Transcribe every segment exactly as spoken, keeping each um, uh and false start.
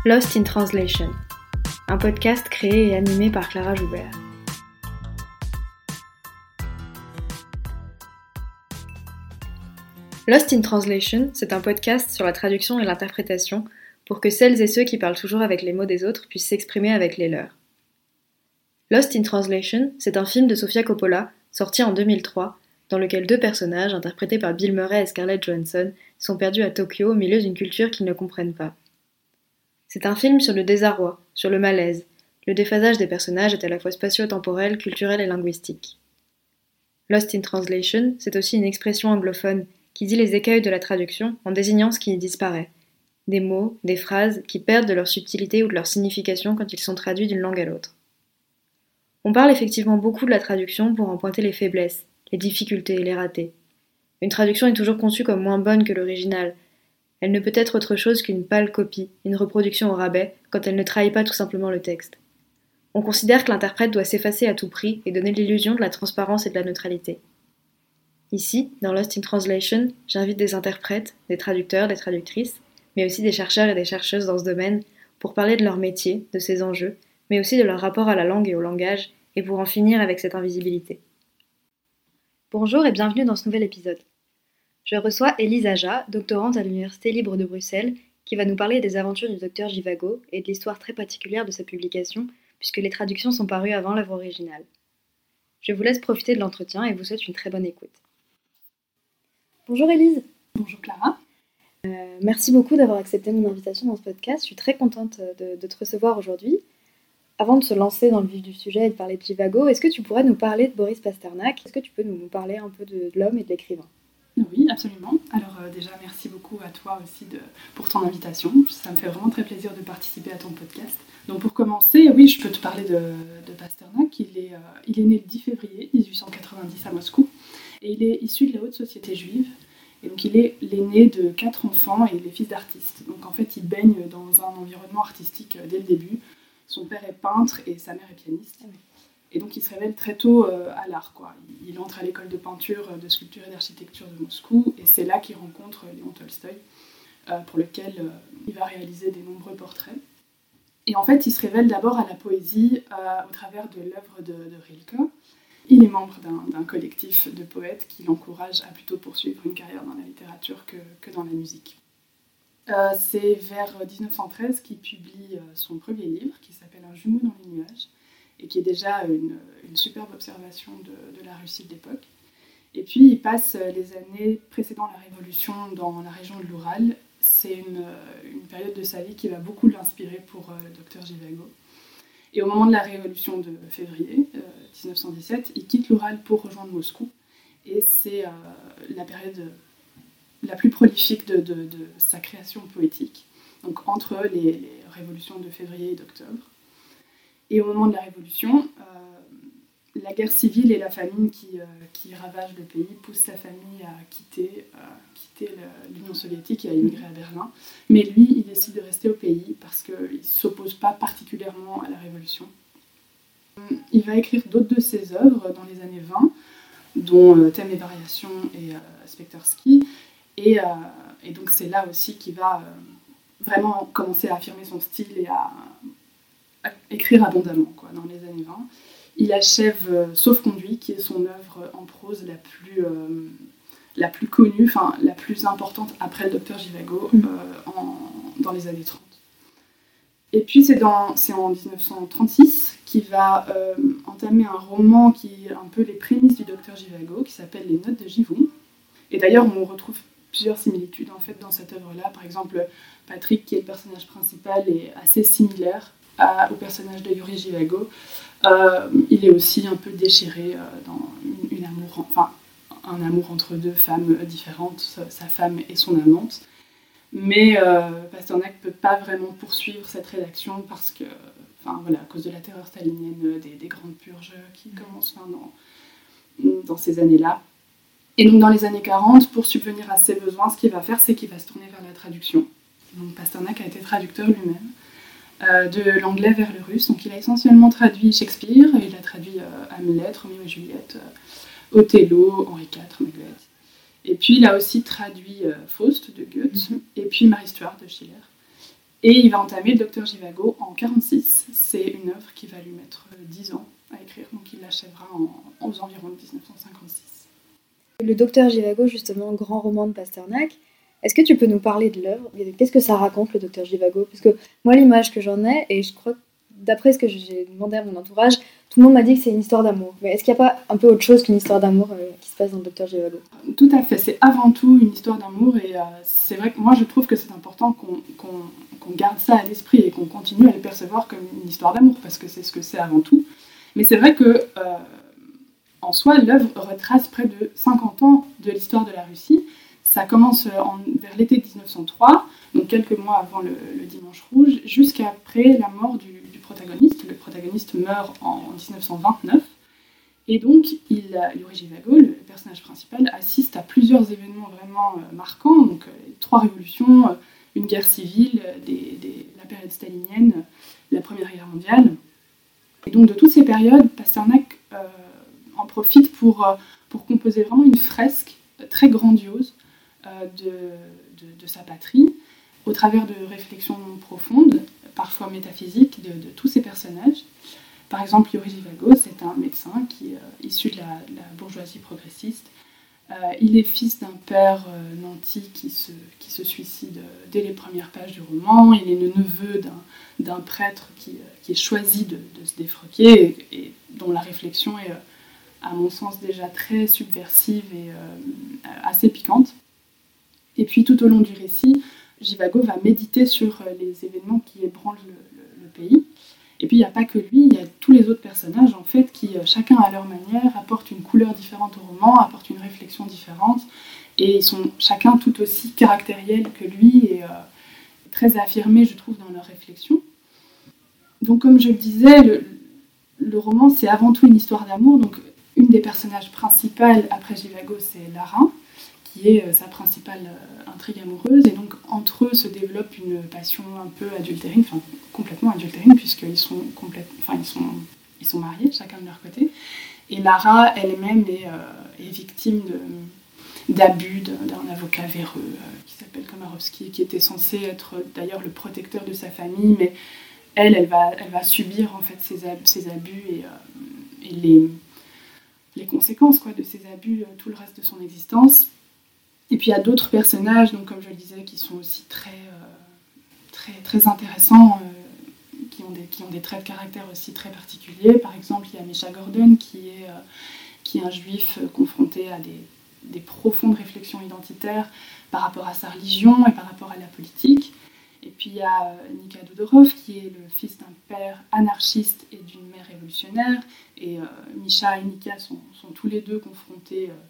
Lost in Translation, un podcast créé et animé par Clara Joubert. Lost in Translation, c'est un podcast sur la traduction et l'interprétation pour que celles et ceux qui parlent toujours avec les mots des autres puissent s'exprimer avec les leurs. Lost in Translation, c'est un film de Sofia Coppola, sorti en deux mille trois, dans lequel deux personnages, interprétés par Bill Murray et Scarlett Johansson, sont perdus à Tokyo au milieu d'une culture qu'ils ne comprennent pas. C'est un film sur le désarroi, sur le malaise. Le déphasage des personnages est à la fois spatio-temporel, culturel et linguistique. Lost in Translation, c'est aussi une expression anglophone qui dit les écueils de la traduction en désignant ce qui y disparaît. Des mots, des phrases qui perdent de leur subtilité ou de leur signification quand ils sont traduits d'une langue à l'autre. On parle effectivement beaucoup de la traduction pour en pointer les faiblesses, les difficultés et les ratés. Une traduction est toujours conçue comme moins bonne que l'original. Elle ne peut être autre chose qu'une pâle copie, une reproduction au rabais, quand elle ne trahit pas tout simplement le texte. On considère que l'interprète doit s'effacer à tout prix et donner l'illusion de la transparence et de la neutralité. Ici, dans Lost in Translation, j'invite des interprètes, des traducteurs, des traductrices, mais aussi des chercheurs et des chercheuses dans ce domaine, pour parler de leur métier, de ses enjeux, mais aussi de leur rapport à la langue et au langage, et pour en finir avec cette invisibilité. Bonjour et bienvenue dans ce nouvel épisode. Je reçois Élise Aja, doctorante à l'Université libre de Bruxelles, qui va nous parler des aventures du docteur Jivago et de l'histoire très particulière de sa publication, puisque les traductions sont parues avant l'œuvre originale. Je vous laisse profiter de l'entretien et vous souhaite une très bonne écoute. Bonjour Élise. Bonjour Clara. Euh, merci beaucoup d'avoir accepté mon invitation dans ce podcast. Je suis très contente de, de te recevoir aujourd'hui. Avant de se lancer dans le vif du sujet et de parler de Jivago, est-ce que tu pourrais nous parler de Boris Pasternak ? Est-ce que tu peux nous parler un peu de, de l'homme et de l'écrivain ? Oui, absolument. Alors euh, déjà, merci beaucoup à toi aussi de, pour ton invitation. Ça me fait vraiment très plaisir de participer à ton podcast. Donc pour commencer, oui, je peux te parler de, de Pasternak. Il est, euh, il est né le dix février mille huit cent quatre-vingt-dix à Moscou et il est issu de la haute société juive. Et donc il est l'aîné de quatre enfants et il est fils d'artistes. Donc en fait, il baigne dans un environnement artistique dès le début. Son père est peintre et sa mère est pianiste. Et donc il se révèle très tôt euh, à l'art, quoi. Il, il entre à l'école de peinture, de sculpture et d'architecture de Moscou, et c'est là qu'il rencontre Léon Tolstoï, euh, pour lequel euh, il va réaliser des nombreux portraits. Et en fait, il se révèle d'abord à la poésie euh, au travers de l'œuvre de, de Rilke. Il est membre d'un, d'un collectif de poètes qui l'encourage à plutôt poursuivre une carrière dans la littérature que, que dans la musique. Euh, c'est vers dix-neuf cent treize qu'il publie euh, son premier livre, qui s'appelle Un jumeau dans les nuages, et qui est déjà une, une superbe observation de, de la Russie de l'époque. Et puis il passe les années précédant la Révolution dans la région de l'Oural. C'est une, une période de sa vie qui va beaucoup l'inspirer pour euh, le docteur Jivago. Et au moment de la Révolution de février euh, dix-neuf cent dix-sept, il quitte l'Oural pour rejoindre Moscou. Et c'est euh, la période la plus prolifique de, de, de sa création poétique, donc entre les, les révolutions de février et d'octobre. Et au moment de la Révolution, euh, la guerre civile et la famine qui, euh, qui ravagent le pays poussent sa famille à quitter, euh, quitter le, l'Union soviétique et à immigrer à Berlin. Mais lui, il décide de rester au pays parce qu'il ne s'oppose pas particulièrement à la Révolution. Il va écrire d'autres de ses œuvres dans les années vingt, dont euh, Thèmes et variations et euh, Spectre Ski. Et, euh, et donc c'est là aussi qu'il va euh, vraiment commencer à affirmer son style et à écrire abondamment, quoi, dans les années vingt. Il achève euh, Sauf-conduit, qui est son œuvre en prose la plus, euh, la plus connue, enfin la plus importante après le docteur Jivago, euh, en, dans les années trente. Et puis c'est, dans, c'est en dix-neuf cent trente-six qu'il va euh, entamer un roman qui est un peu les prémices du docteur Jivago, qui s'appelle Les Notes de Jivou. Et d'ailleurs, on retrouve plusieurs similitudes en fait, dans cette œuvre-là. Par exemple, Patrick, qui est le personnage principal, est assez similaire À, au personnage de Yuri Jivago. Euh, il est aussi un peu déchiré euh, dans une, une amour, enfin, un amour entre deux femmes différentes, sa, sa femme et son amante. Mais euh, Pasternak ne peut pas vraiment poursuivre cette rédaction parce que, enfin, voilà, à cause de la terreur stalinienne, des, des grandes purges qui commencent enfin, dans, dans ces années-là. Et donc dans les années quarante, pour subvenir à ses besoins, ce qu'il va faire, c'est qu'il va se tourner vers la traduction. Donc Pasternak a été traducteur lui-même. Euh, de l'anglais vers le russe. Donc il a essentiellement traduit Shakespeare, il a traduit euh, Hamlet, Roméo et Juliette, euh, Othello, Henri quatre, Macbeth. Et puis il a aussi traduit euh, Faust de Goethe, mm-hmm. et puis Marie Stuart de Schiller. Et il va entamer le Docteur Zhivago en quarante-six. C'est une œuvre qui va lui mettre dix ans à écrire, donc il l'achèvera en, aux environs de dix-neuf cent cinquante-six. Le Docteur Zhivago, justement, grand roman de Pasternak, est-ce que tu peux nous parler de l'œuvre ? Qu'est-ce que ça raconte, le Docteur Zhivago ? Parce que moi, l'image que j'en ai, et je crois que d'après ce que j'ai demandé à mon entourage, tout le monde m'a dit que c'est une histoire d'amour. Mais est-ce qu'il n'y a pas un peu autre chose qu'une histoire d'amour euh, qui se passe dans le Docteur Zhivago ? Tout à fait, c'est avant tout une histoire d'amour, et euh, c'est vrai que moi je trouve que c'est important qu'on, qu'on, qu'on garde ça à l'esprit et qu'on continue à le percevoir comme une histoire d'amour, parce que c'est ce que c'est avant tout. Mais c'est vrai que, euh, en soi, l'œuvre retrace près de cinquante ans de l'histoire de la Russie. Ça commence en, vers l'été dix-neuf cent trois, donc quelques mois avant le, le Dimanche Rouge, jusqu'après la mort du, du protagoniste. Le protagoniste meurt en dix-neuf cent vingt-neuf. Et donc, il, Yuri Zhivago, le personnage principal, assiste à plusieurs événements vraiment euh, marquants, donc euh, trois révolutions, euh, une guerre civile, euh, des, des, la période stalinienne, euh, la Première Guerre mondiale. Et donc, de toutes ces périodes, Pasternak euh, en profite pour, euh, pour composer vraiment une fresque euh, très grandiose euh, de, de, de sa patrie, au travers de réflexions profondes, parfois métaphysiques, de, de tous ces personnages. Par exemple, Yuri Zhivago, c'est un médecin qui est euh, issu de la, de la bourgeoisie progressiste. Euh, il est fils d'un père euh, nanti qui se, qui se suicide dès les premières pages du roman. Il est le neveu d'un, d'un prêtre qui, euh, qui est choisi de, de se défroquer et, et dont la réflexion est, euh, à mon sens, déjà très subversive et euh, assez piquante. Et puis, tout au long du récit, Zhivago va méditer sur euh, les événements qui ébranlent le, le, le pays. Et puis il n'y a pas que lui, il y a tous les autres personnages en fait qui, chacun à leur manière, apportent une couleur différente au roman, apportent une réflexion différente, et ils sont chacun tout aussi caractériels que lui et euh, très affirmés, je trouve, dans leur réflexion. Donc comme je le disais, le, le roman c'est avant tout une histoire d'amour, donc une des personnages principales après Zhivago c'est Lara, qui est sa principale intrigue amoureuse, et donc entre eux se développe une passion un peu adultérine, enfin complètement adultérine, puisqu'ils sont, complète, enfin, ils sont, ils sont mariés, chacun de leur côté, et Lara elle-même est, euh, est victime de, d'abus d'un avocat véreux euh, qui s'appelle Komarovsky, qui était censé être d'ailleurs le protecteur de sa famille, mais elle, elle va, elle va subir en fait ces, ab- ces abus et, euh, et les, les conséquences quoi, de ces abus euh, tout le reste de son existence. Et puis il y a d'autres personnages, donc, comme je le disais, qui sont aussi très, euh, très, très intéressants, euh, qui, ont des, qui ont des traits de caractère aussi très particuliers. Par exemple, il y a Misha Gordon, qui est, euh, qui est un juif euh, confronté à des, des profondes réflexions identitaires par rapport à sa religion et par rapport à la politique. Et puis il y a euh, Nika Dudorov, qui est le fils d'un père anarchiste et d'une mère révolutionnaire. Et euh, Misha et Nika sont, sont tous les deux confrontés... Euh,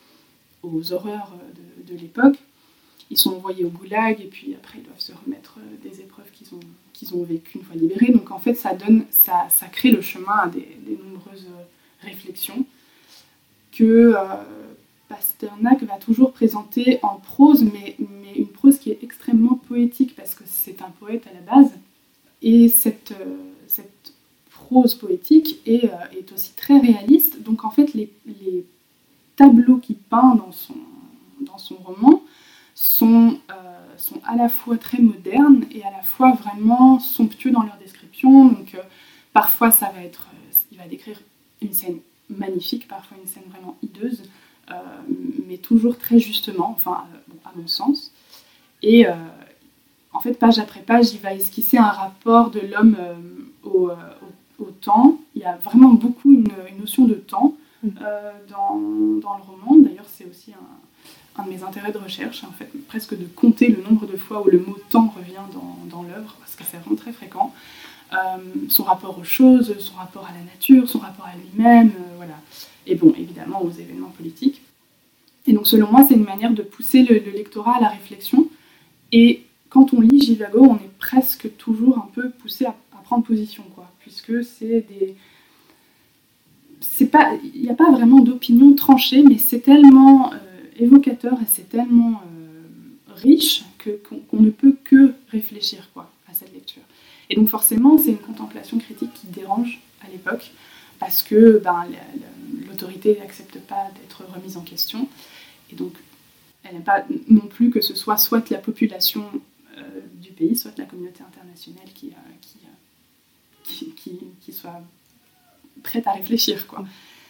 aux horreurs de, de l'époque. Ils sont envoyés au goulag et puis après ils doivent se remettre des épreuves qu'ils ont, qu'ils ont vécues une fois libérés. Donc en fait ça, donne, ça, ça crée le chemin à des, des nombreuses réflexions que euh, Pasternak va toujours présenter en prose, mais, mais une prose qui est extrêmement poétique parce que c'est un poète à la base. Et cette, euh, cette prose poétique est, euh, est aussi très réaliste. Donc en fait les, les tableaux qu'il peint dans son, dans son roman sont, euh, sont à la fois très modernes et à la fois vraiment somptueux dans leur description. Donc euh, parfois ça va être, euh, il va décrire une scène magnifique, parfois une scène vraiment hideuse, euh, mais toujours très justement, enfin euh, bon, à mon sens. Et euh, en fait page après page il va esquisser un rapport de l'homme euh, au, au, au temps. Il y a vraiment beaucoup une, une notion de temps. Euh, dans, dans le roman. D'ailleurs, c'est aussi un, un de mes intérêts de recherche, en fait, presque de compter le nombre de fois où le mot temps revient dans, dans l'œuvre, parce que c'est vraiment très fréquent. Euh, son rapport aux choses, son rapport à la nature, son rapport à lui-même, euh, voilà. Et bon, évidemment, aux événements politiques. Et donc, selon moi, c'est une manière de pousser le, le lectorat à la réflexion. Et quand on lit Zhivago, on est presque toujours un peu poussé à, à prendre position, quoi, puisque c'est des... il n'y a pas vraiment d'opinion tranchée, mais c'est tellement euh, évocateur et c'est tellement euh, riche que, qu'on, qu'on ne peut que réfléchir quoi, à cette lecture. Et donc forcément, c'est une contemplation critique qui dérange à l'époque, parce que ben, la, la, l'autorité n'accepte pas d'être remise en question, et donc elle n'aime pas non plus que ce soit soit la population euh, du pays, soit de la communauté internationale qui, euh, qui, euh, qui, qui, qui soit prête à réfléchir, quoi.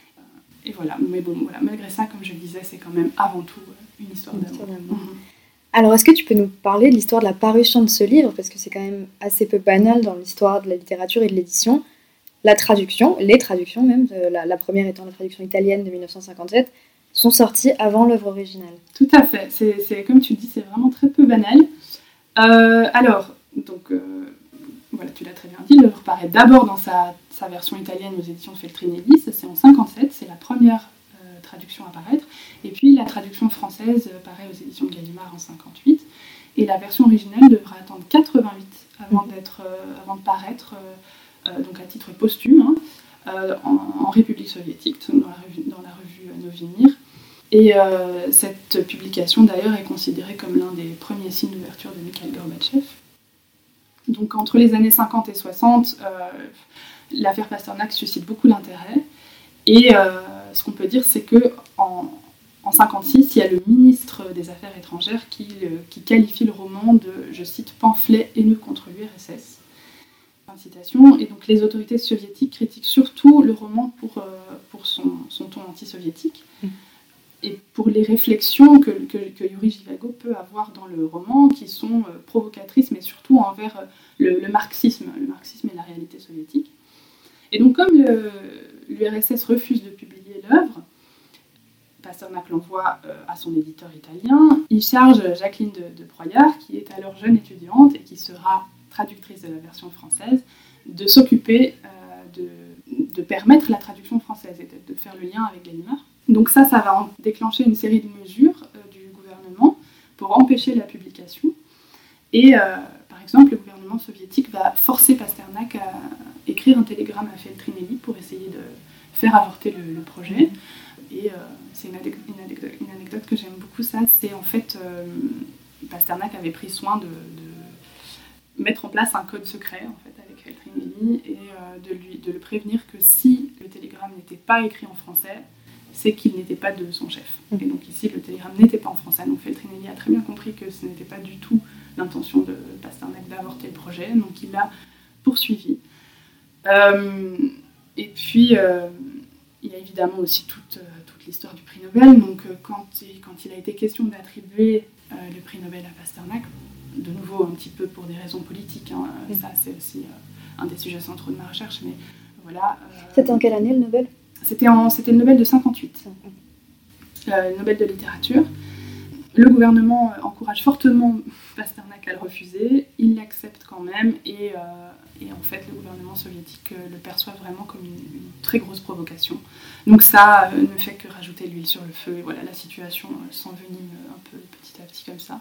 Et voilà, mais bon, voilà, malgré ça, comme je le disais, c'est quand même avant tout une histoire d'amour. Mmh. Alors, est-ce que tu peux nous parler de l'histoire de la parution de ce livre, parce que c'est quand même assez peu banal dans l'histoire de la littérature et de l'édition. La traduction, les traductions même, la, la première étant la traduction italienne de dix-neuf cent cinquante-sept, sont sorties avant l'œuvre originale. Tout à fait, c'est, c'est, comme tu le dis, c'est vraiment très peu banal. Euh, alors, donc, euh, voilà, tu l'as très bien dit, l'œuvre paraît d'abord dans sa, sa version italienne aux éditions Feltrinelli, ça c'est en cinquante-sept, c'est la première euh, traduction à paraître, et puis la traduction française euh, paraît aux éditions Gallimard en cinquante-huit, et la version originale devra attendre quatre-vingt-huit avant, d'être, euh, avant de paraître, euh, euh, donc à titre posthume, hein, euh, en, en République soviétique, dans la revue, dans la revue Novimir. Et euh, cette publication d'ailleurs est considérée comme l'un des premiers signes d'ouverture de Mikhail Gorbatchev. Donc entre les années cinquante et soixante, euh, l'affaire Pasternak suscite beaucoup d'intérêt. Et euh, ce qu'on peut dire, c'est qu'en en cinquante-six, il y a le ministre des Affaires étrangères qui, euh, qui qualifie le roman de, je cite, pamphlet haineux contre l'U R S S. Fin de citation. Et donc les autorités soviétiques critiquent surtout le roman pour, euh, pour son, son ton anti-soviétique. Mmh. Et pour les réflexions que, que, que Yuri Zhivago peut avoir dans le roman, qui sont euh, provocatrices, mais surtout envers euh, le, le marxisme, le marxisme et la réalité soviétique. Et donc, comme le, l'U R S S refuse de publier l'œuvre, Pasternak l'envoie euh, à son éditeur italien. Il charge Jacqueline de, de Broyard, qui est alors jeune étudiante et qui sera traductrice de la version française, de s'occuper euh, de, de permettre la traduction française et de, de faire le lien avec Gallimard. Donc ça, ça va déclencher une série de mesures euh, du gouvernement pour empêcher la publication. Et euh, par exemple, le gouvernement soviétique va forcer Pasternak à écrire un télégramme à Feltrinelli pour essayer de faire avorter le, le projet. Et euh, c'est une anecdote, une, anecdote, une anecdote que j'aime beaucoup, ça. C'est en fait, euh, Pasternak avait pris soin de, de mettre en place un code secret en fait, avec Feltrinelli et euh, de, lui, de le prévenir que si le télégramme n'était pas écrit en français, c'est qu'il n'était pas de son chef. Et donc ici, le télégramme n'était pas en français. Donc Feltrinelli a très bien compris que ce n'était pas du tout l'intention de Pasternak d'avorter le projet. Donc il l'a poursuivi. Euh, et puis, euh, il y a évidemment aussi toute, euh, toute l'histoire du prix Nobel. Donc euh, quand, il, quand il a été question d'attribuer euh, le prix Nobel à Pasternak, de nouveau un petit peu pour des raisons politiques, hein, mmh. ça c'est aussi euh, un des sujets centraux de ma recherche, mais voilà. Euh, C'était en quelle année le Nobel ? C'était, en, c'était le Nobel de cinquante-huit, euh, le Nobel de littérature. Le gouvernement encourage fortement Pasternak à le refuser, il l'accepte quand même, et, euh, et en fait le gouvernement soviétique euh, le perçoit vraiment comme une, une très grosse provocation. Donc ça euh, ne fait que rajouter l'huile sur le feu, et voilà, la situation euh, s'envenime un peu petit à petit comme ça.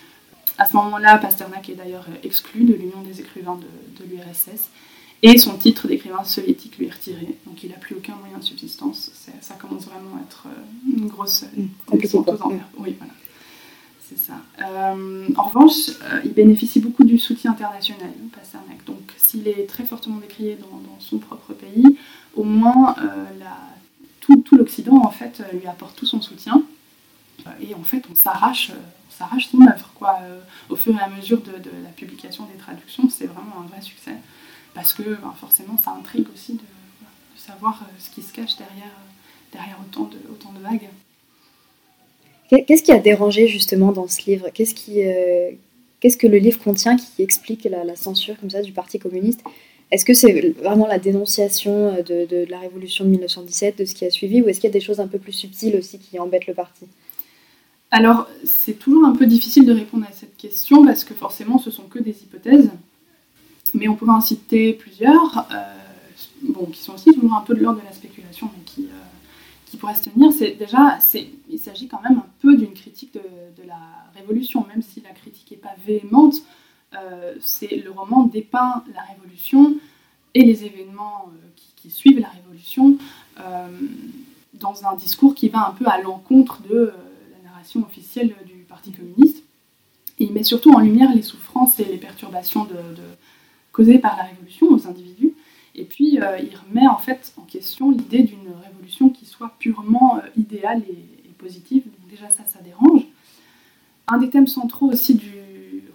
À ce moment-là, Pasternak est d'ailleurs exclu de l'Union des écrivains de, de l'U R S S, et son titre d'écrivain soviétique lui est retiré, donc il n'a plus aucun moyen de subsistance. C'est, ça commence vraiment à être euh, une grosse descente aux enfers. Oui, voilà, c'est ça. Euh, en revanche, euh, il bénéficie beaucoup du soutien international, Pasternak. Donc, s'il est très fortement décrié dans, dans son propre pays, au moins euh, la, tout, tout l'Occident en fait lui apporte tout son soutien. Et en fait, on s'arrache, on s'arrache son œuvre, quoi. Euh, au fur et à mesure de, de la publication des traductions, c'est vraiment un vrai succès. Parce que ben, forcément, ça intrigue aussi de, de savoir euh, ce qui se cache derrière, euh, derrière autant, de, autant de vagues. Qu'est-ce qui a dérangé justement dans ce livre ? Qu'est-ce, qui, euh, qu'est-ce que le livre contient qui explique la, la censure comme ça, du Parti communiste ? Est-ce que c'est vraiment la dénonciation de, de, de la révolution de dix-neuf cent dix-sept, de ce qui a suivi, ou est-ce qu'il y a des choses un peu plus subtiles aussi qui embêtent le parti ? Alors, c'est toujours un peu difficile de répondre à cette question, parce que forcément, ce sont que des hypothèses. Mais on pourrait en citer plusieurs, euh, bon, qui sont aussi toujours un peu de l'ordre de la spéculation, mais qui, euh, qui pourraient se tenir. C'est, déjà, c'est, il s'agit quand même un peu d'une critique de, de la Révolution, même si la critique n'est pas véhémente. Euh, c'est, le roman dépeint la Révolution et les événements euh, qui, qui suivent la Révolution euh, dans un discours qui va un peu à l'encontre de euh, la narration officielle du Parti communiste. Et il met surtout en lumière les souffrances et les perturbations de... de causée par la révolution aux individus, et puis euh, il remet en fait en question l'idée d'une révolution qui soit purement euh, idéale et, et positive. Donc déjà ça, ça dérange. Un des thèmes centraux aussi du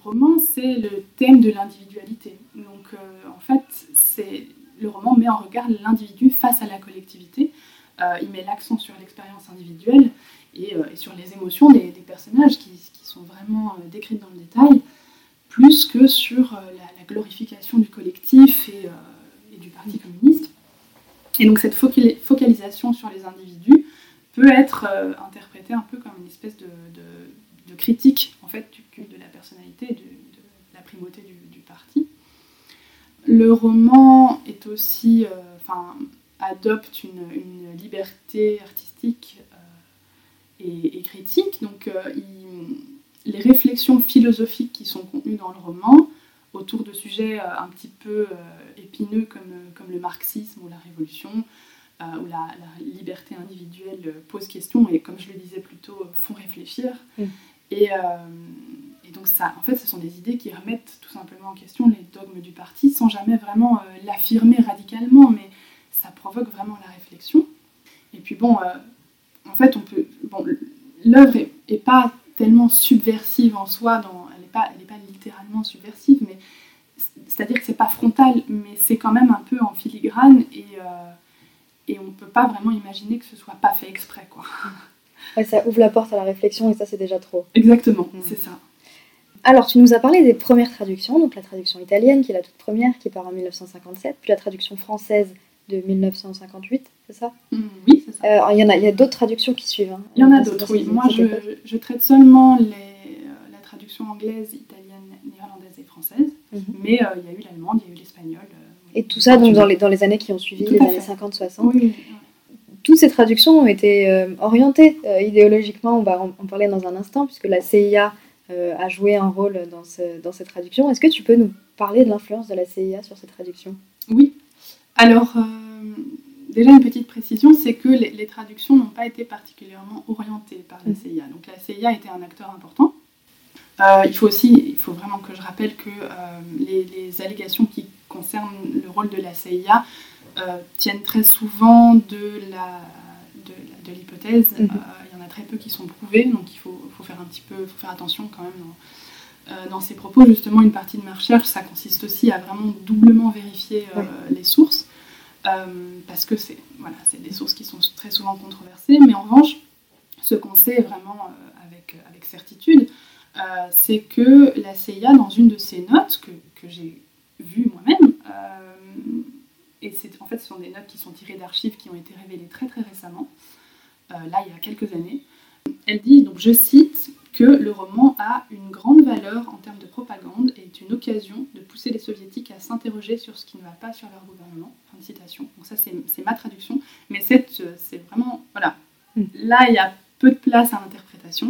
roman, c'est le thème de l'individualité. Donc euh, en fait, c'est, le roman met en regard l'individu face à la collectivité. Euh, il met l'accent sur l'expérience individuelle et, euh, et sur les émotions des, des personnages qui, qui sont vraiment euh, décrites dans le détail, plus que sur euh, la, la glorification du collectif et, euh, et du Parti communiste. Et donc cette focalisation sur les individus peut être euh, interprétée un peu comme une espèce de, de, de critique en fait, du culte de la personnalité, du, de la primauté du, du parti. Le roman est aussi, euh, enfin, adopte une, une liberté artistique euh, et, et critique. Donc euh, il, les réflexions philosophiques qui sont contenues dans le roman autour de sujets euh, un petit peu euh, épineux comme, comme le marxisme ou la révolution, euh, où la, la liberté individuelle pose question et, comme je le disais plus tôt, font réfléchir. Mm. Et, euh, et donc ça, en fait, ce sont des idées qui remettent tout simplement en question les dogmes du parti sans jamais vraiment euh, l'affirmer radicalement, mais ça provoque vraiment la réflexion. Et puis bon, euh, en fait, on peut, bon, l'œuvre est, est pas tellement subversive en soi, dans, elle n'est pas, elle est pas littéralement subversive, mais c'est-à-dire que c'est pas frontal, mais c'est quand même un peu en filigrane et, euh, et on ne peut pas vraiment imaginer que ce soit pas fait exprès, quoi. Ouais, ça ouvre la porte à la réflexion et ça c'est déjà trop. Exactement, mmh. C'est ça. Alors tu nous as parlé des premières traductions, donc la traduction italienne qui est la toute première qui part en dix-neuf cent cinquante-sept, puis la traduction française de dix-neuf cent cinquante-huit, c'est ça? mmh, Oui, c'est ça. Euh, il y en a, il y a d'autres traductions qui suivent. Hein. Il y en a d'autres, oui. Moi je, je traite seulement les, euh, la traduction anglaise, italienne, néerlandaise et française, mmh. mais euh, il y a eu l'allemande, il y a eu l'espagnol. Euh, et tout ça donc, dans, les, dans les années qui ont suivi, les années cinquante soixante. Oui, oui, oui. Toutes ces traductions ont été euh, orientées euh, idéologiquement, on va en, en parler dans un instant, puisque la C I A euh, a joué un rôle dans, ce, dans ces traductions. Est-ce que tu peux nous parler de l'influence de la C I A sur ces traductions? Oui. Alors, euh, déjà une petite précision, c'est que les, les traductions n'ont pas été particulièrement orientées par la C I A. Donc la C I A était un acteur important. Euh, il faut aussi, il faut vraiment que je rappelle que euh, les, les allégations qui concernent le rôle de la C I A Euh, tiennent très souvent de, la, de, de l'hypothèse. Il mm-hmm. euh, y en a très peu qui sont prouvés, donc il faut, faut faire un petit peu, faut faire attention quand même dans, euh, dans ces propos. Justement, une partie de ma recherche, ça consiste aussi à vraiment doublement vérifier euh, oui. les sources, euh, parce que c'est, voilà, c'est des sources qui sont très souvent controversées, mais en revanche, ce qu'on sait vraiment euh, avec, avec certitude, euh, c'est que la C I A, dans une de ses notes, que, que j'ai vues moi-même, euh, et c'est, en fait, ce sont des notes qui sont tirées d'archives qui ont été révélées très très récemment, euh, là il y a quelques années. Elle dit, donc je cite, que le roman a une grande valeur en termes de propagande et est une occasion de pousser les soviétiques à s'interroger sur ce qui ne va pas sur leur gouvernement. Fin de citation. Donc ça c'est, c'est ma traduction, mais c'est, c'est vraiment, voilà, mm. Là il y a peu de place à l'interprétation.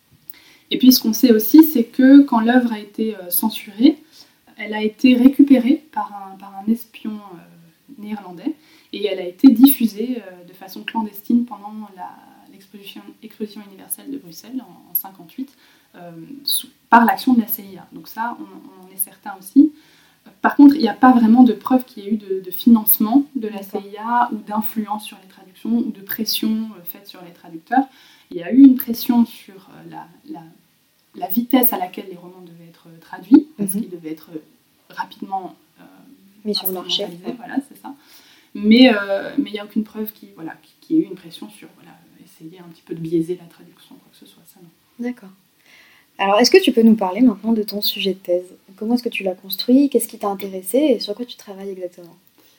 Et puis ce qu'on sait aussi, c'est que quand l'œuvre a été euh, censurée, elle a été récupérée par un, par un espion euh, néerlandais, et elle a été diffusée euh, de façon clandestine pendant la, l'exposition, exposition universelle de Bruxelles en, en cinquante-huit euh, sous, par l'action de la C I A. Donc ça, on, on en est certain aussi. Par contre, il n'y a pas vraiment de preuve qu'il y ait eu de, de financement de la C I A ou d'influence sur les traductions ou de pression euh, faite sur les traducteurs. Il y a eu une pression sur euh, la, la, la vitesse à laquelle les romans devaient être traduits, parce mm-hmm. qu'ils devaient être rapidement euh, mis sur le marché. Voilà, c'est ça. Mais euh, mais il n'y a aucune preuve qu'il voilà, qui, qui ait eu une pression sur voilà, essayer un petit peu de biaiser la traduction, quoi que ce soit. Ça, non. D'accord. Alors, est-ce que tu peux nous parler maintenant de ton sujet de thèse? Comment est-ce que tu l'as construit? Qu'est-ce qui t'a intéressé? Et sur quoi tu travailles exactement?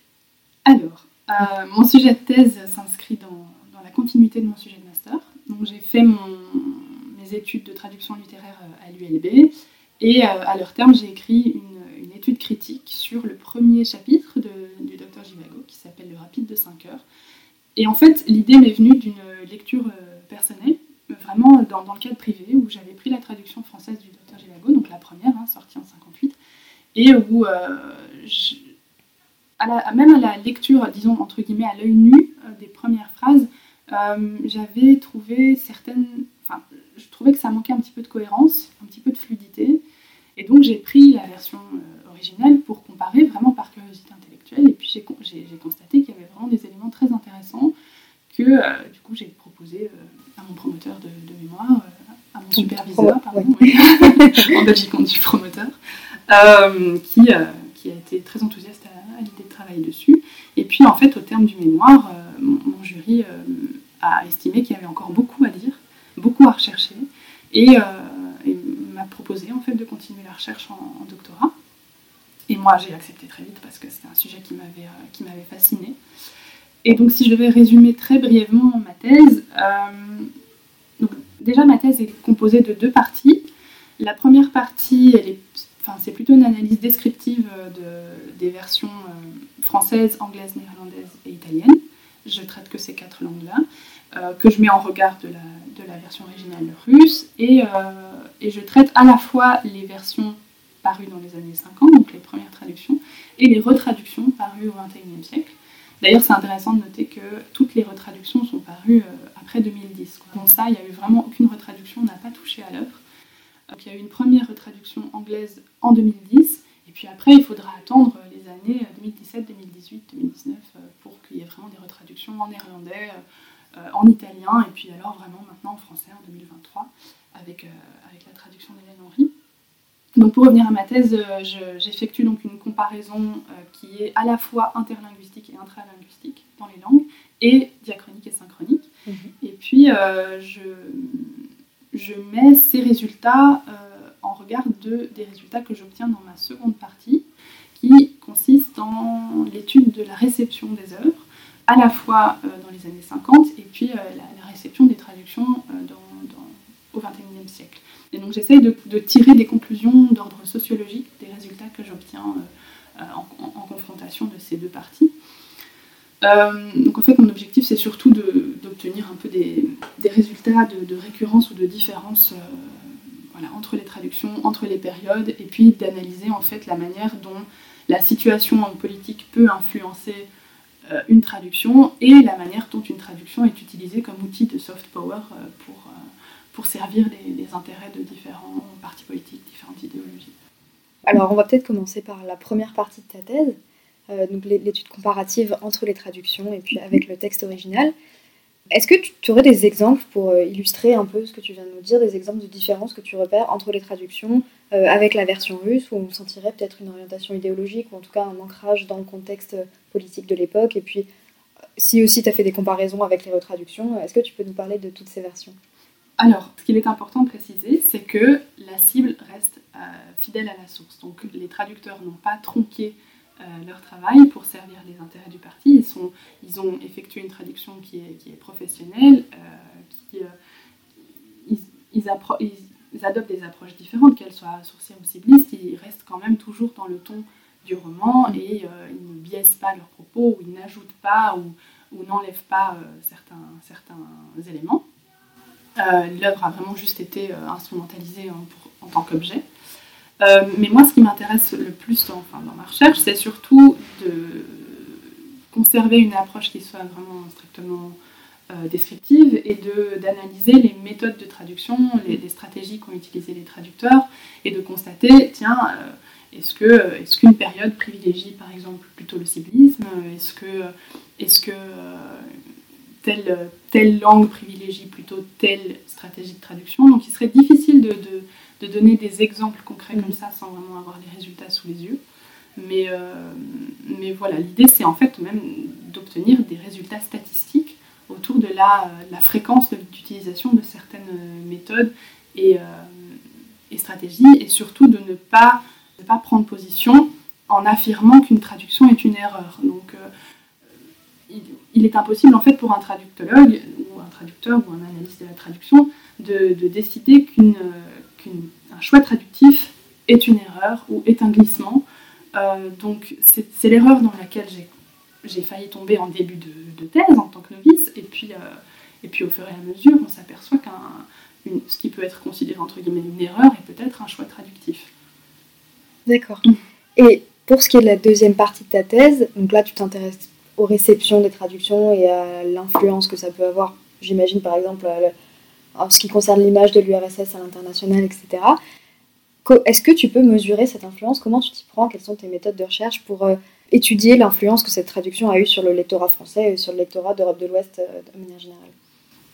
Alors, euh, mon sujet de thèse s'inscrit dans, dans la continuité de mon sujet de master. Donc, j'ai fait mon, mes études de traduction littéraire à l'U L B. Et euh, à leur terme, j'ai écrit une, une étude critique sur le premier chapitre de, du docteur Givago, qui s'appelle Le rapide de cinq heures. Et en fait, l'idée m'est venue d'une lecture euh, personnelle, vraiment dans, dans le cadre privé, où j'avais pris la traduction française du docteur Givago, donc la première, hein, sortie en cinquante-huit, et où, euh, je, à la, même à la lecture, disons, entre guillemets, à l'œil nu, euh, des premières phrases, euh, j'avais trouvé certaines... Enfin, je trouvais que ça manquait un petit peu de cohérence, un petit peu de fluidité, et donc j'ai pris la version euh, originale pour comparer, vraiment par curiosité intellectuelle, et puis j'ai, j'ai, j'ai constaté qu'il y avait vraiment des éléments très intéressants que, euh, du coup, j'ai proposé euh, à mon promoteur de, de mémoire, euh, à mon superviseur, Pro- pardon, oui. En Belgique on dit promoteur, euh, qui, euh, qui a été très enthousiaste à, à l'idée de travailler dessus. Et puis en fait au terme du mémoire, euh, mon, mon jury euh, a estimé qu'il y avait encore beaucoup à dire, beaucoup à rechercher, et, euh, et m'a proposé en fait de continuer la recherche en, en doctorat. Et moi j'ai accepté très vite parce que c'était un sujet qui m'avait, euh, qui m'avait fascinée. Et donc si je devais résumer très brièvement ma thèse, euh, donc, déjà ma thèse est composée de deux parties. La première partie, elle est, enfin, c'est plutôt une analyse descriptive de, des versions euh, françaises, anglaises, néerlandaises et italiennes. Je traite que ces quatre langues-là, euh, que je mets en regard de la, de la version originale russe, et, euh, et je traite à la fois les versions parues dans les années cinquante, donc les premières traductions, et les retraductions parues au vingt et unième siècle. D'ailleurs, c'est intéressant de noter que toutes les retraductions sont parues euh, après deux mille dix. Quoi. Dans ça, il n'y a eu vraiment aucune retraduction, on n'a pas touché à l'œuvre. Donc, il y a eu une première retraduction anglaise en deux mille dix, et puis après, il faudra attendre les années deux mille dix-sept, deux mille dix-huit, deux mille dix-neuf euh, pour qu'il y ait vraiment des retraductions en néerlandais, euh, en italien, et puis alors vraiment maintenant en français en deux mille vingt-trois, avec, euh, avec la traduction d'Hélène Henry. Donc pour revenir à ma thèse, euh, je, j'effectue donc une comparaison euh, qui est à la fois interlinguistique et intralinguistique dans les langues, et diachronique et synchronique. Mmh. Et puis euh, je, je mets ces résultats euh, en regard de, des résultats que j'obtiens dans ma seconde partie, qui consiste dans l'étude de la réception des œuvres, à la fois euh, dans les années cinquante, et puis euh, la, la réception des traductions euh, dans, dans, au vingt et unième siècle. Et donc j'essaye de, de tirer des conclusions d'ordre sociologique des résultats que j'obtiens euh, en, en, en confrontation de ces deux parties. Euh, donc en fait mon objectif c'est surtout de, d'obtenir un peu des, des résultats de, de récurrence ou de différence euh, voilà, entre les traductions, entre les périodes, et puis d'analyser en fait la manière dont la situation politique peut influencer euh, une traduction, et la manière dont une traduction est utilisée comme outil de soft power euh, pour... Euh, pour servir les, les intérêts de différents partis politiques, différentes idéologies. Alors, on va peut-être commencer par la première partie de ta thèse, euh, donc l'étude comparative entre les traductions et puis avec le texte original. Est-ce que tu, tu aurais des exemples pour euh, illustrer un peu ce que tu viens de nous dire, des exemples de différences que tu repères entre les traductions euh, avec la version russe, où on sentirait peut-être une orientation idéologique, ou en tout cas un ancrage dans le contexte politique de l'époque, et puis si aussi tu as fait des comparaisons avec les retraductions, est-ce que tu peux nous parler de toutes ces versions ? Alors, ce qu'il est important de préciser, c'est que la cible reste euh, fidèle à la source. Donc, les traducteurs n'ont pas tronqué euh, leur travail pour servir les intérêts du parti. Ils, sont, ils ont effectué une traduction qui est, qui est professionnelle, euh, qui, euh, ils, ils, appro- ils, ils adoptent des approches différentes, qu'elles soient sourcières ou ciblistes. Ils restent quand même toujours dans le ton du roman, et euh, ils ne biaisent pas leurs propos, ou ils n'ajoutent pas ou, ou n'enlèvent pas euh, certains, certains éléments. Euh, l'œuvre a vraiment juste été euh, instrumentalisée en, pour, en tant qu'objet. Euh, mais moi, ce qui m'intéresse le plus dans, enfin, dans ma recherche, c'est surtout de conserver une approche qui soit vraiment strictement euh, descriptive, et de, d'analyser les méthodes de traduction, les, les stratégies qu'ont utilisées les traducteurs, et de constater, tiens, euh, est-ce, que, est-ce qu'une période privilégie par exemple plutôt le ciblisme, est-ce que, est-ce que euh, Telle, telle langue privilégie plutôt telle stratégie de traduction. Donc il serait difficile de, de, de donner des exemples concrets mmh. comme ça sans vraiment avoir les résultats sous les yeux. Mais, euh, mais voilà, l'idée c'est en fait même d'obtenir des résultats statistiques autour de la, la fréquence d'utilisation de certaines méthodes et, euh, et stratégies, et surtout de ne pas, de ne pas prendre position en affirmant qu'une traduction est une erreur. Donc, euh, il est impossible en fait pour un traductologue ou un traducteur ou un analyste de la traduction de, de décider qu'une, qu'un choix traductif est une erreur ou est un glissement. Euh, donc c'est, c'est l'erreur dans laquelle j'ai, j'ai failli tomber en début de, de thèse en tant que novice, et puis, euh, et puis au fur et à mesure on s'aperçoit qu'un une, ce qui peut être considéré entre guillemets une erreur est peut-être un choix traductif. D'accord. Mmh. Et pour ce qui est de la deuxième partie de ta thèse, donc là tu t'intéresses aux réceptions des traductions et à l'influence que ça peut avoir, j'imagine par exemple en ce qui concerne l'image de l'U R S S à l'international, et cetera. Est-ce que tu peux mesurer cette influence ? Comment tu t'y prends ? Quelles sont tes méthodes de recherche pour euh, étudier l'influence que cette traduction a eue sur le lectorat français et sur le lectorat d'Europe de l'Ouest euh, de manière générale ?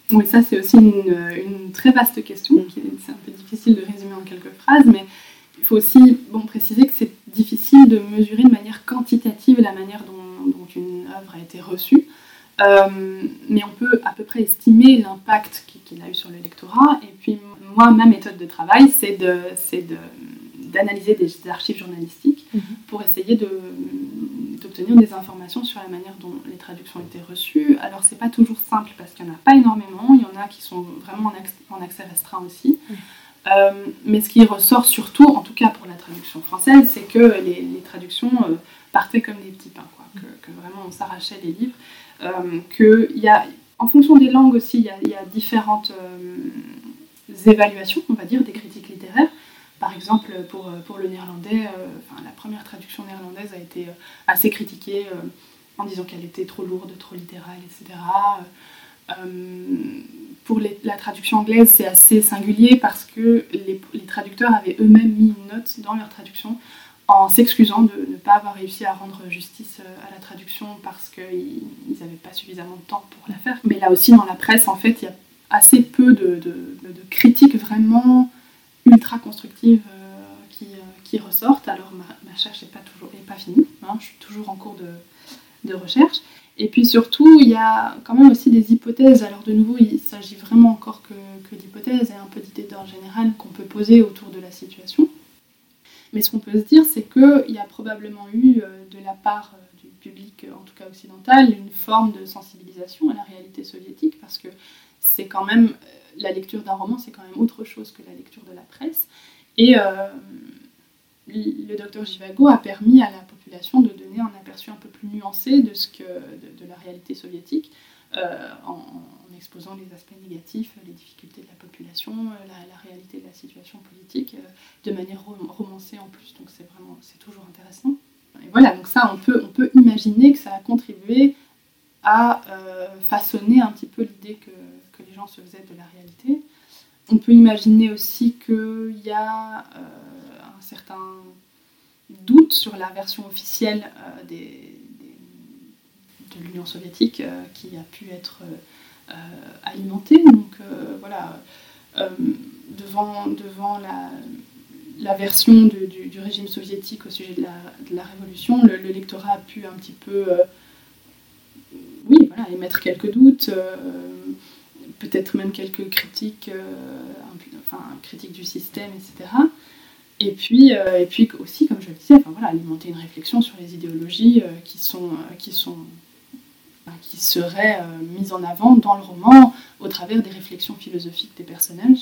Oui, ça c'est aussi une, une très vaste question, qui est, c'est un peu difficile de résumer en quelques phrases, mais il faut aussi bon, préciser que c'est difficile de mesurer de manière quantitative la manière dont, dont une œuvre a été reçue. Euh, mais on peut à peu près estimer l'impact qu'il a eu sur le lectorat. Et puis moi, ma méthode de travail, c'est, de, c'est de, d'analyser des archives journalistiques mmh. pour essayer de, d'obtenir des informations sur la manière dont les traductions ont été reçues. Alors c'est pas toujours simple parce qu'il n'y en a pas énormément, il y en a qui sont vraiment en, accès, en accès restreint aussi. Mmh. Euh, mais ce qui ressort surtout, en tout cas pour la traduction française, c'est que les, les traductions euh, partaient comme des petits pains, quoi, que, que vraiment on s'arrachait des livres. Euh, que y a, en fonction des langues aussi, il y a, y a différentes euh, évaluations, on va dire, des critiques littéraires. Par exemple, pour, pour le néerlandais, euh, enfin, la première traduction néerlandaise a été assez critiquée euh, en disant qu'elle était trop lourde, trop littérale, et cetera. Euh, pour les, la traduction anglaise, c'est assez singulier parce que les, les traducteurs avaient eux-mêmes mis une note dans leur traduction en s'excusant de ne pas avoir réussi à rendre justice à la traduction parce qu'ils n'avaient pas suffisamment de temps pour la faire. Mais là aussi, dans la presse, en fait, il y a assez peu de, de, de critiques vraiment ultra constructives euh, qui, euh, qui ressortent. Alors, ma, ma recherche n'est pas, toujours, est pas finie, hein, je suis toujours en cours de, de recherche. Et puis surtout, il y a quand même aussi des hypothèses. Alors de nouveau, il s'agit vraiment encore que, que d'hypothèses et un peu d'idées d'ordre général qu'on peut poser autour de la situation. Mais ce qu'on peut se dire, c'est qu'il y a probablement eu, euh, de la part euh, du public, en tout cas occidental, une forme de sensibilisation à la réalité soviétique, parce que c'est quand même, la lecture d'un roman, c'est quand même autre chose que la lecture de la presse. Et euh, le docteur Zhivago a permis à la population de donner un aperçu un peu plus nuancé de, ce que, de, de la réalité soviétique, euh, en, en exposant les aspects négatifs, les difficultés de la population, la, la réalité de la situation politique, euh, de manière romancée en plus, donc c'est vraiment, c'est toujours intéressant. Et voilà, donc ça, on peut, on peut imaginer que ça a contribué à euh, façonner un petit peu l'idée que, que les gens se faisaient de la réalité. On peut imaginer aussi qu'il y a euh, un certain doute sur la version officielle euh, des, des, de l'Union soviétique euh, qui a pu être euh, alimentée. Donc euh, voilà, euh, devant, devant la, la version de, du, du régime soviétique au sujet de la, de la révolution, le, le lectorat a pu un petit peu euh, oui, voilà, émettre quelques doutes, euh, peut-être même quelques critiques, euh, enfin, critiques du système, et cetera. Et puis, euh, et puis aussi, comme je le disais, enfin, voilà, alimenter une réflexion sur les idéologies euh, qui, sont, euh, qui, sont, euh, qui seraient euh, mises en avant dans le roman au travers des réflexions philosophiques des personnages.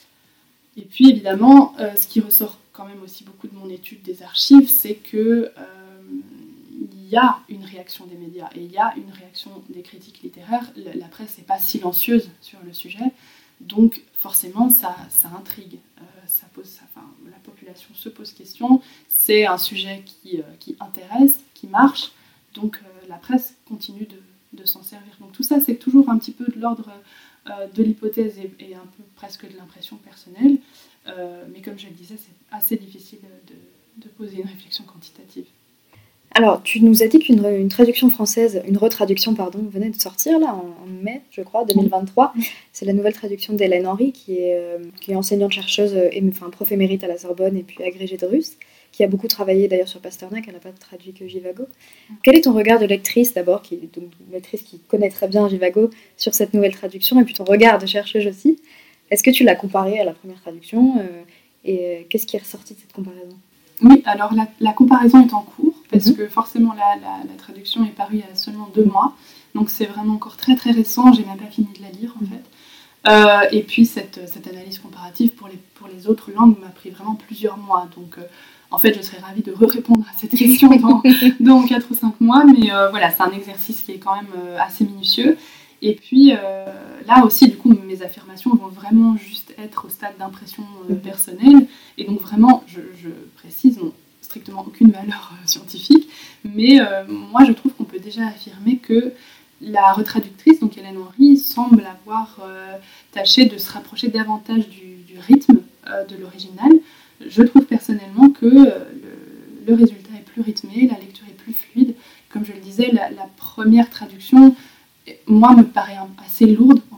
Et puis évidemment, euh, ce qui ressort quand même aussi beaucoup de mon étude des archives, c'est que euh, il y a une réaction des médias et il y a une réaction des critiques littéraires. La presse n'est pas silencieuse sur le sujet, donc forcément ça, ça intrigue, euh, ça pose, ça, enfin, la population se pose question, c'est un sujet qui, euh, qui intéresse, qui marche, donc euh, la presse continue de, de s'en servir. Donc tout ça, c'est toujours un petit peu de l'ordre euh, de l'hypothèse et, et un peu presque de l'impression personnelle, euh, mais comme je le disais, c'est assez difficile de, de poser une réflexion quantitative. Alors, tu nous as dit qu'une une traduction française, une retraduction, pardon, venait de sortir là en, en mai, je crois, deux mille vingt-trois. C'est la nouvelle traduction d'Hélène Henry, qui est, euh, qui est enseignante-chercheuse, et, enfin prof émérite à la Sorbonne et puis agrégée de russe, qui a beaucoup travaillé d'ailleurs sur Pasternak, elle n'a pas traduit que Zhivago. Quel est ton regard de lectrice d'abord, qui est donc une lectrice qui connaît très bien Zhivago, sur cette nouvelle traduction, et puis ton regard de chercheuse aussi? Est-ce que tu l'as comparée à la première traduction, euh, et euh, qu'est-ce qui est ressorti de cette comparaison? Oui, alors la, la comparaison est en cours, parce mmh. que forcément la, la, la traduction est parue il y a seulement deux mois, donc c'est vraiment encore très très récent, j'ai même pas fini de la lire en mmh. fait. Euh, et puis cette, cette analyse comparative pour les, pour les autres langues m'a pris vraiment plusieurs mois, donc euh, en fait je serais ravie de répondre à cette question dans, dans quatre ou cinq mois, mais euh, voilà, c'est un exercice qui est quand même euh, assez minutieux. Et puis euh, là aussi, du coup, mes affirmations vont vraiment juste être au stade d'impression euh, personnelle. Et donc vraiment, je, je précise, n'ont strictement aucune valeur euh, scientifique. Mais euh, moi, je trouve qu'on peut déjà affirmer que la retraductrice, donc Hélène Henry, semble avoir euh, tâché de se rapprocher davantage du, du rythme euh, de l'original. Je trouve personnellement que euh, le, le résultat est plus rythmé, la lecture est plus fluide. Comme je le disais, la, la première traduction, moi, me paraît assez lourde, encore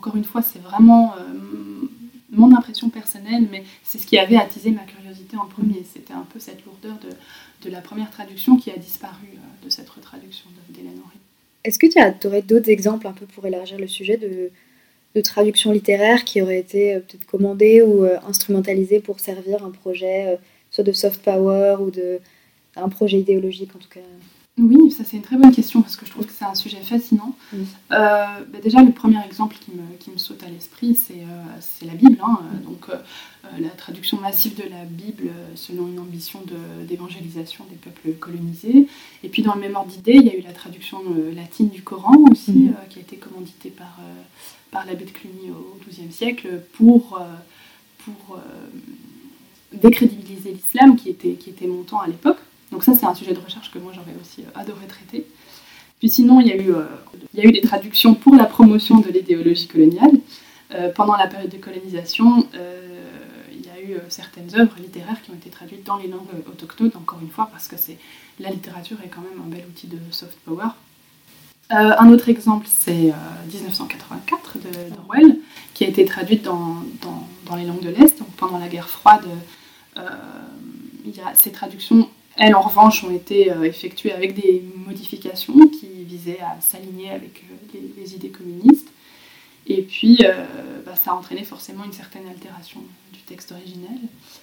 encore une fois, c'est vraiment euh, mon impression personnelle, mais c'est ce qui avait attisé ma curiosité en premier. C'était un peu cette lourdeur de, de la première traduction qui a disparu euh, de cette retraduction d'Hélène Henry. Est-ce que tu aurais d'autres exemples un peu pour élargir le sujet de, de traduction littéraire qui auraient été euh, peut-être commandées ou euh, instrumentalisées pour servir un projet, euh, soit de soft power ou de, un projet idéologique en tout cas? Oui, ça c'est une très bonne question parce que je trouve que c'est un sujet fascinant. Mmh. Euh, bah déjà, le premier exemple qui me, qui me saute à l'esprit, c'est, euh, c'est la Bible. Hein. Mmh. Donc, euh, la traduction massive de la Bible selon une ambition de, d'évangélisation des peuples colonisés. Et puis, dans le même ordre d'idée, il y a eu la traduction euh, latine du Coran aussi, mmh. euh, qui a été commanditée par, euh, par l'abbé de Cluny au douzième siècle pour, euh, pour euh, décrédibiliser l'islam qui était, qui était montant à l'époque. Donc ça, c'est un sujet de recherche que moi, j'aurais aussi adoré traiter. Puis sinon, il y a eu, euh, il y a eu des traductions pour la promotion de l'idéologie coloniale. Euh, pendant la période de colonisation, euh, il y a eu euh, certaines œuvres littéraires qui ont été traduites dans les langues autochtones, encore une fois, parce que c'est, la littérature est quand même un bel outil de soft power. Euh, un autre exemple, c'est euh, dix-neuf cent quatre-vingt-quatre de d'Orwell, qui a été traduite dans, dans, dans les langues de l'Est. Donc pendant la guerre froide, euh, il y a ces traductions. Elles, en revanche, ont été euh, effectuées avec des modifications qui visaient à s'aligner avec euh, les, les idées communistes. Et puis, euh, bah, ça a entraîné forcément une certaine altération du texte originel.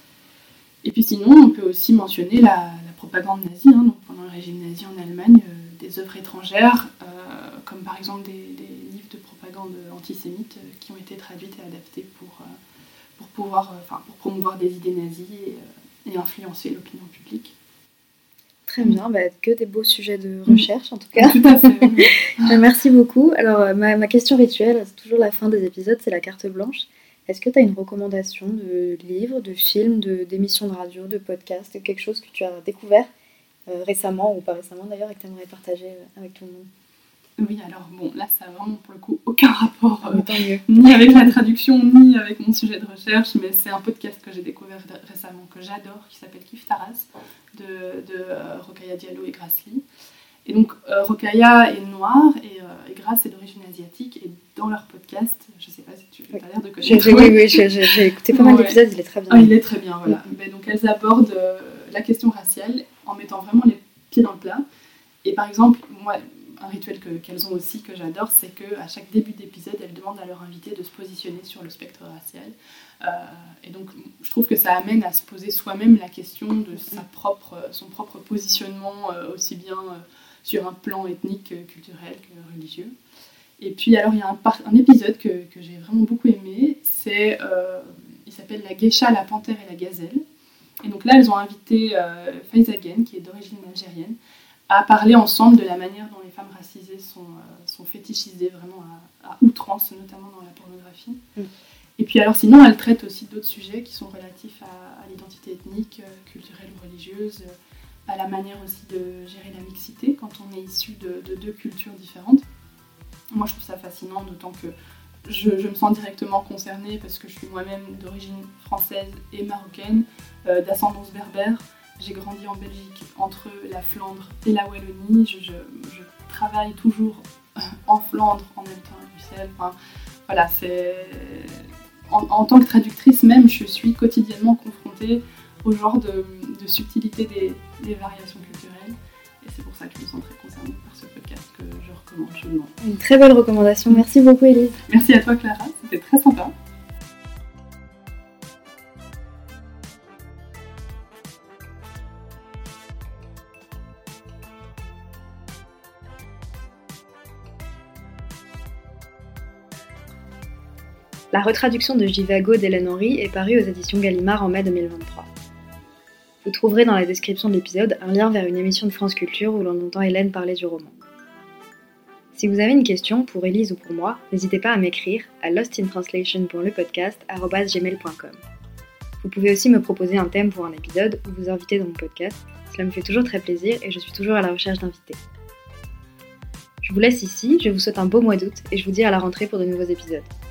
Et puis sinon, on peut aussi mentionner la, la propagande nazie. Hein, donc pendant le régime nazi en Allemagne, euh, des œuvres étrangères, euh, comme par exemple des, des livres de propagande antisémites euh, qui ont été traduites et adaptés pour, euh, pour, pouvoir, euh, pour promouvoir des idées nazies et, euh, et influencer l'opinion publique. Très bien, bah, que des beaux sujets de recherche en tout cas. Tout à fait. Oui. Merci beaucoup. Alors ma, ma question rituelle, c'est toujours la fin des épisodes, c'est la carte blanche. Est-ce que tu as une recommandation de livre, de film, de, d'émission de radio, de podcast, quelque chose que tu as découvert euh, récemment ou pas récemment d'ailleurs et que tu aimerais partager avec tout le monde? Oui, alors bon, là ça n'a vraiment pour le coup aucun rapport euh, Tant mieux. ni avec la traduction ni avec mon sujet de recherche, mais c'est un podcast que j'ai découvert récemment, que j'adore, qui s'appelle Kif Taras, de, de euh, Rokhaya Diallo et Grace Lee. Et donc euh, Rokhaya est noire et, euh, et Grace est d'origine asiatique, et dans leur podcast, je ne sais pas si tu oui. as l'air de connaître. J'ai, oui, oui, j'ai, j'ai écouté pas mal ouais. d'épisodes, il est très bien. Ah, il est très bien, voilà. Mm-hmm. Mais donc elles abordent euh, la question raciale en mettant vraiment les pieds dans le plat. Et par exemple, moi, un rituel que, qu'elles ont aussi que j'adore, c'est qu'à chaque début d'épisode, elles demandent à leur invité de se positionner sur le spectre racial. Euh, et donc, je trouve que ça amène à se poser soi-même la question de sa propre, son propre positionnement, euh, aussi bien euh, sur un plan ethnique, culturel que religieux. Et puis, alors, il y a un, par- un épisode que, que j'ai vraiment beaucoup aimé, c'est, euh, il s'appelle La Geisha, la panthère et la gazelle. Et donc là, elles ont invité euh, Faiza Gen, qui est d'origine algérienne, à parler ensemble de la manière dont les femmes racisées sont, euh, sont fétichisées vraiment à, à outrance, notamment dans la pornographie. Mm. Et puis alors sinon, elle traite aussi d'autres sujets qui sont relatifs à, à l'identité ethnique, euh, culturelle ou religieuse, euh, à la manière aussi de gérer la mixité quand on est issu de, de deux cultures différentes. Moi, je trouve ça fascinant, d'autant que je, je me sens directement concernée parce que je suis moi-même d'origine française et marocaine, euh, d'ascendance berbère. J'ai grandi en Belgique, entre la Flandre et la Wallonie. Je, je, je travaille toujours en Flandre, en même temps à Bruxelles. Enfin, voilà, c'est... En, en tant que traductrice même, je suis quotidiennement confrontée au genre de, de subtilité des, des variations culturelles. Et c'est pour ça que je me sens très concernée par ce podcast que je recommande chaudement. Une très belle recommandation. Merci beaucoup, Élise. Merci à toi, Clara. C'était très sympa. La retraduction de Jivago d'Hélène Henry est parue aux éditions Gallimard en mai deux mille vingt-trois. Vous trouverez dans la description de l'épisode un lien vers une émission de France Culture où l'on entend Hélène parler du roman. Si vous avez une question pour Élise ou pour moi, n'hésitez pas à m'écrire à lostintranslation point le podcast arobase gmail point com. Vous pouvez aussi me proposer un thème pour un épisode ou vous inviter dans mon podcast, cela me fait toujours très plaisir et je suis toujours à la recherche d'invités. Je vous laisse ici, je vous souhaite un beau mois d'août et je vous dis à la rentrée pour de nouveaux épisodes.